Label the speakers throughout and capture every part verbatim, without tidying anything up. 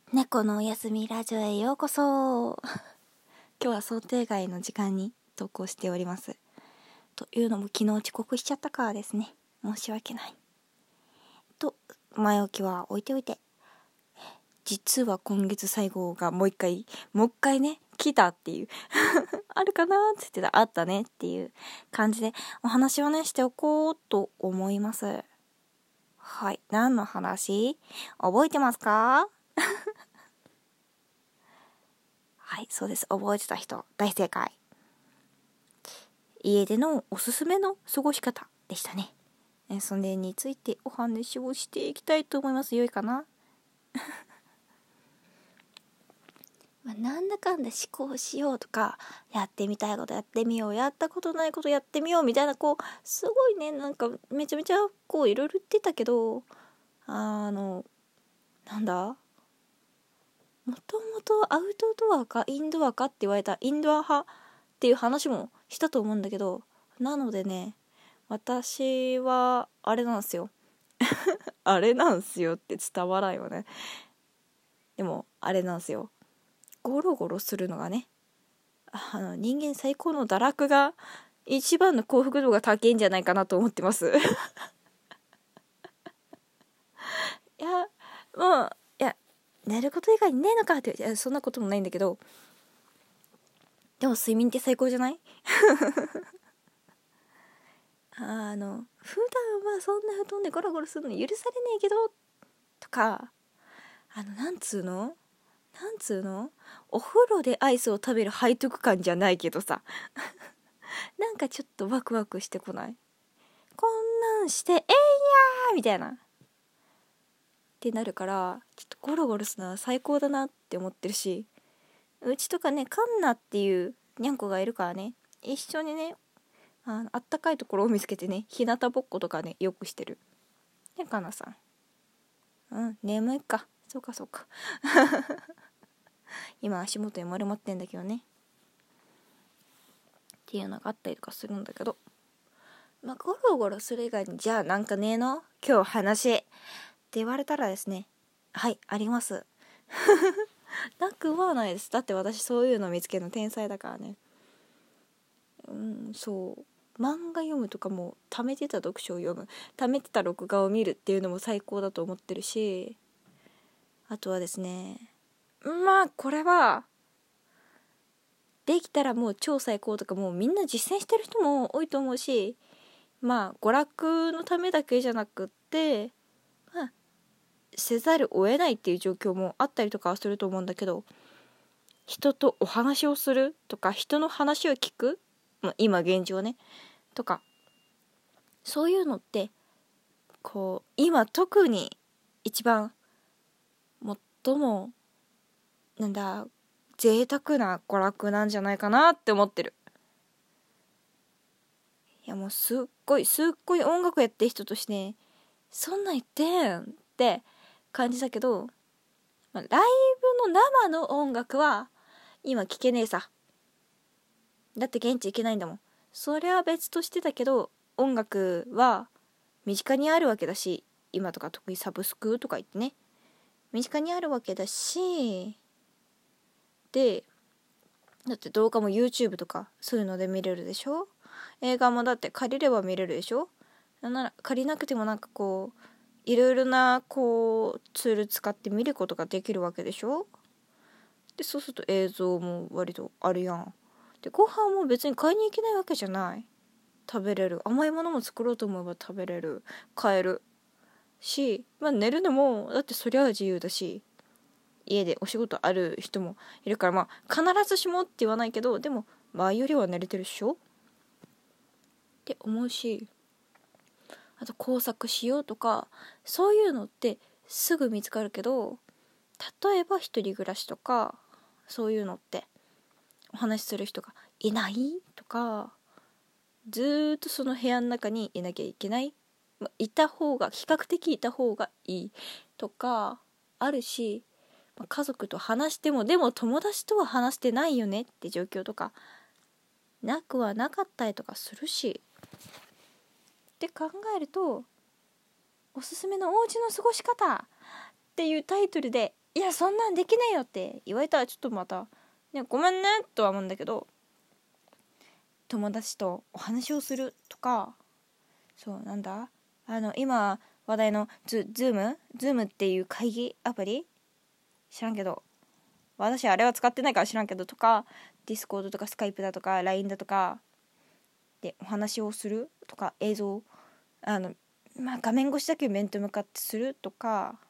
Speaker 1: 猫のおやすみラジオへようこそ。今日は想定外の時間に投稿しております。というのも昨日遅刻しちゃったからですね。申し訳ない。と前置きは置いておいて、実は今月最後がもう一回もう一回ね来たっていうあるかなって言ってた、あったねっていう感じでお話をねしておこうと思います。はい、何の話覚えてますか？はい、そうです。覚えてた人、大正解。家でのおすすめの過ごし方でしたね。えそれについてお話をしていきたいと思います。良いかな？まあ、なんだかんだ思考しようとか、やってみたいことやってみよう、やったことないことやってみようみたいな、こう、すごいね、なんかめちゃめちゃこういろいろ言ってたけど、あの、なんだもともとアウトドアかインドアかって言われたインドア派っていう話もしたと思うんだけど、なのでね、私はあれなんですよあれなんすよって伝わらんよね。でもあれなんすよ、ゴロゴロするのがね、あの人間最高の堕落が一番の幸福度が高いんじゃないかなと思ってますいやもういや寝ること以外にねえのかって、いやそんなこともないんだけど、でも睡眠って最高じゃないあの普段はそんな布団でゴロゴロするの許されねえけどとか、あのなんつうのなんつうのお風呂でアイスを食べる背徳感じゃないけどさなんかちょっとワクワクしてこない？こんなんしてえいやーみたいなってなるから、ちょっとゴロゴロするのは最高だなって思ってるし、うちとかねカンナっていうにゃんこがいるからね、一緒にねあのあったかいところを見つけてね、日向ぼっことかねよくしてるね。カンナさん、うん眠いか、そうかそうか今足元に丸まってんだけどねっていうのがあったりとかするんだけど、まあゴロゴロする以外にじゃあなんかねえの今日話って言われたらですね、はいありますなくはないです。だって私そういうの見つけるの天才だからね。うんそう漫画読むとかも、貯めてた読書を読む、貯めてた録画を見るっていうのも最高だと思ってるし、あとはですね、まあこれはできたらもう超最高とか、もうみんな実践してる人も多いと思うし、まあ娯楽のためだけじゃなくって、まあせざるを得ないっていう状況もあったりとかはすると思うんだけど、人とお話をするとか人の話を聞く、まあ、今現状ねとか、そういうのってこう今特に一番最もなんだ贅沢な娯楽なんじゃないかなって思ってる。いやもうすっごいすっごい音楽やってる人として、ね、そんなん言ってんって感じだけど、まあ、ライブの生の音楽は今聴けねえさ。だって現地行けないんだもん。それは別としてたけど、音楽は身近にあるわけだし、今とか特にサブスクとか言ってね、身近にあるわけだし、でだって動画も YouTube とかそういうので見れるでしょ。映画もだって借りれば見れるでしょ。なんなら借りなくてもなんかこういろいろなこうツール使って見ることができるわけでしょ。でそうすると映像も割とあるやん。でご飯も別に買いに行けないわけじゃない。食べれる、甘いものも作ろうと思えば食べれる、買えるし、まあ寝るのもだってそりゃ自由だし、家でお仕事ある人もいるから、まあ必ずしもって言わないけど、でも前よりは寝れてるっしょって思うし、あと工作しようとかそういうのってすぐ見つかるけど、例えば一人暮らしとかそういうのってお話しする人がいないとか、ずーっとその部屋の中にいなきゃいけない、いた方が比較的いた方がいいとかあるし、家族と話してもでも友達とは話してないよねって状況とかなくはなかったりとかするしって考えると、おすすめのおうちの過ごし方っていうタイトルでいやそんなんできないよって言われたらちょっとまた、ね、ごめんねとは思うんだけど、友達とお話をするとか、そうなんだあの今話題のズズームズームっていう会議アプリ知らんけど、私あれは使ってないから知らんけどとか、ディスコードとかスカイプだとか ライン だとかでお話をするとか、映像あの、まあ、画面越しだけど面と向かってするとか、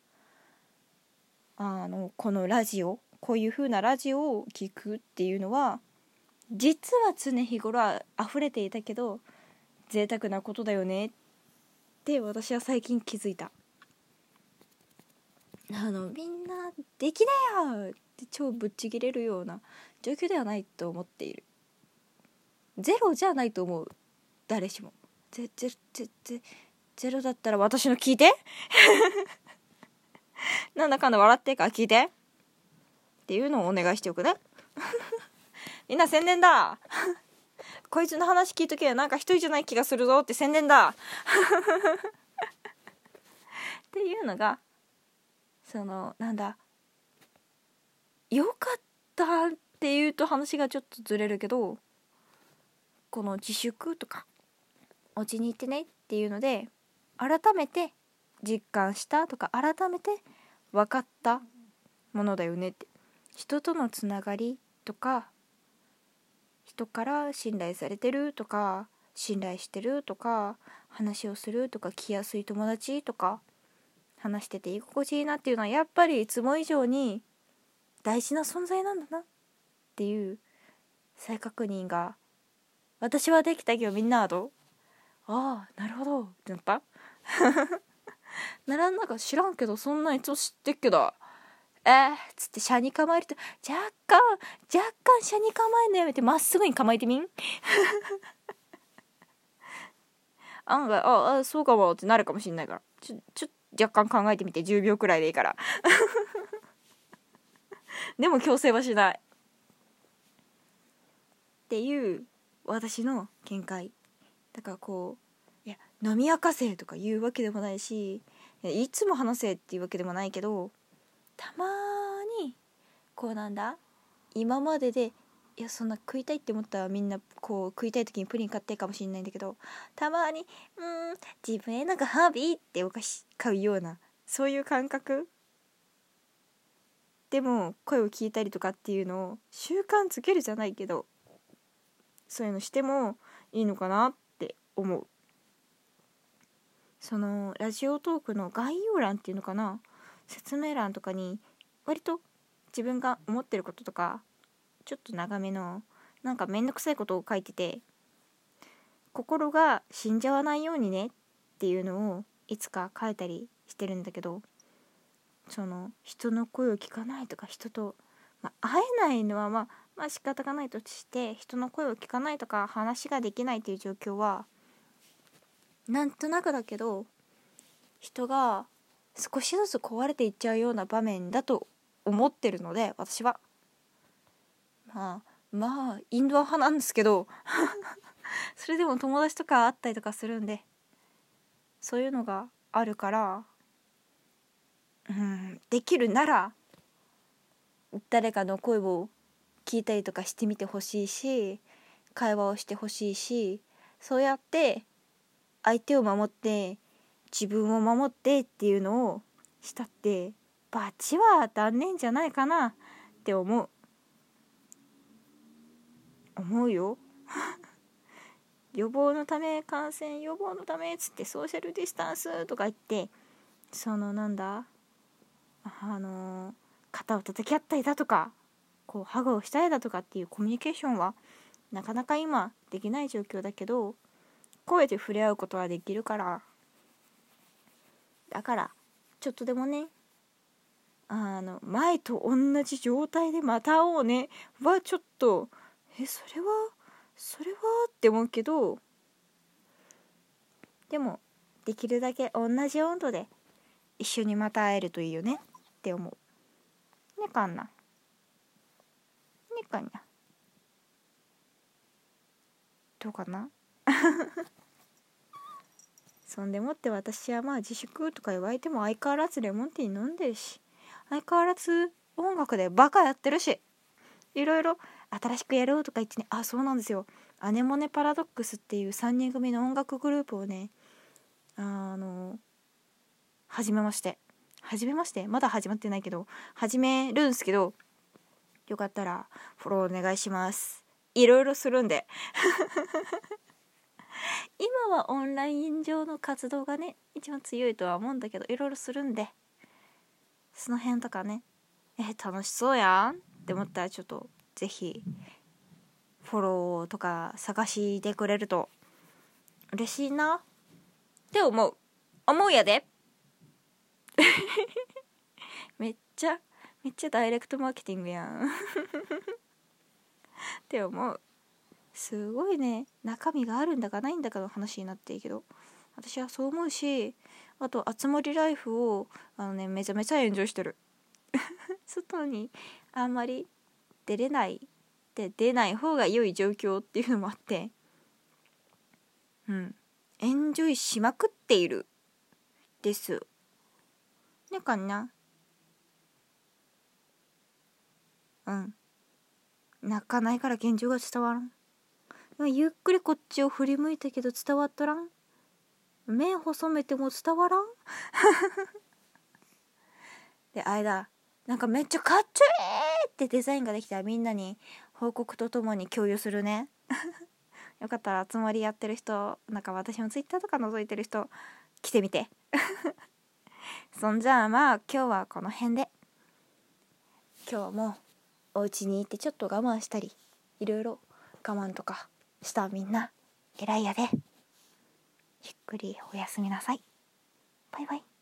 Speaker 1: あのこのラジオこういう風なラジオを聞くっていうのは実は常日頃は溢れていたけど贅沢なことだよねって私は最近気づいた。あのみんなできないよって超ぶっちぎれるような状況ではないと思っている。ゼロじゃないと思う。誰しもゼゼゼゼゼロだったら私の聞いてなんだかんだ笑ってから聞いてっていうのをお願いしておくねみんな宣伝だこいつの話聞いとけばなんか一人じゃない気がするぞって宣伝だっていうのがそのなんだよかったっていうと話がちょっとずれるけど、この自粛とかお家に行ってねっていうので改めて実感したとか改めて分かったものだよねって、人とのつながりとか人から信頼されてるとか信頼してるとか話をするとか来やすい友達とか話してて居心地いいなっていうのはやっぱりいつも以上に大事な存在なんだなっていう再確認が私はできたけどみんなはどう？ああなるほどってなったならんなんか知らんけどそんなんいつも知ってっけどえー、っつって車に構えると若干若干車に構えるのやめてまっすぐに構えてみん案外ああそうかもってなるかもしんないからちょちょ若干考えてみてじゅうびょうくらいでいいからでも強制はしないっていう私の見解だから、こういや飲み明かせとか言うわけでもないしいつも話せっていうわけでもないけど、たまにこうなんだ今まででいやそんな食いたいって思ったらみんなこう食いたい時にプリン買ってるかもしれないんだけど、たまにうーん自分へのご褒美ってお菓子買うようなそういう感覚でも声を聞いたりとかっていうのを習慣づけるじゃないけどそういうのしてもいいのかなって思う。そのラジオトークの概要欄っていうのかな、説明欄とかに割と自分が思ってることとかちょっと長めのなんかめんどくさいことを書いてて、心が死んじゃわないようにねっていうのをいつか書いたりしてるんだけど、その人の声を聞かないとか人と、まあ、会えないのはまあまあ仕方がないとして人の声を聞かないとか話ができないという状況はなんとなくだけど人が少しずつ壊れていっちゃうような場面だと思ってるので、私はまあまあインドア派なんですけどそれでも友達とか会ったりとかするんでそういうのがあるからうんできるなら誰かの声を聞いたりとかしてみてほしいし会話をしてほしいし、そうやって相手を守って自分を守ってっていうのをしたってバチは当たんねえんじゃないかなって思う思うよ予防のため感染予防のためっつってソーシャルディスタンスとか言ってそのなんだあの肩を叩き合ったりだとかこうハグをしたりだとかっていうコミュニケーションはなかなか今できない状況だけど声で触れ合うことはできるから、だからちょっとでもねあの前と同じ状態でまた会おうねはちょっとえそれはそれはって思うけど、でもできるだけ同じ温度で一緒にまた会えるといいよねって思うねかんなねかんなどうかなそんでもって私はまあ自粛とか言われても相変わらずレモンティー飲んでるし、 相変わらず音楽でバカやってるし、いろいろ新しくやろうとか言ってね。あ、そうなんですよ。アネモネパラドックスっていうさんにん組の音楽グループをね、あの始めまして始めましてまだ始まってないけど始めるんすけど、よかったらフォローお願いします。いろいろするんで今はオンライン上の活動がね一番強いとは思うんだけど、いろいろするんで、その辺とかね、え楽しそうやんって思ったらちょっとぜひフォローとか探してくれると嬉しいなって思う思うやでめっちゃめっちゃダイレクトマーケティングやんって思う。すごいね、中身があるんだかないんだかの話になっているけど、私はそう思うし、あとあつ森ライフをあのねめちゃめちゃエンジョイしてる外にあんまり出れないで出ない方が良い状況っていうのもあって、うんエンジョイしまくっているですねかな。うん泣かないから現状が伝わらん。ゆっくりこっちを振り向いたけど伝わっとらん。目細めても伝わらんで、あれだ、なんかめっちゃかっちょいいってデザインができたらみんなに報告とともに共有するねよかったら集まりやってる人、なんか私のツイッターとか覗いてる人来てみてそんじゃあまあ今日はこの辺で。今日はもうお家にいてちょっと我慢したりいろいろ我慢とかしたみんな偉いやで。ゆっくりおやすみなさい。バイバイ。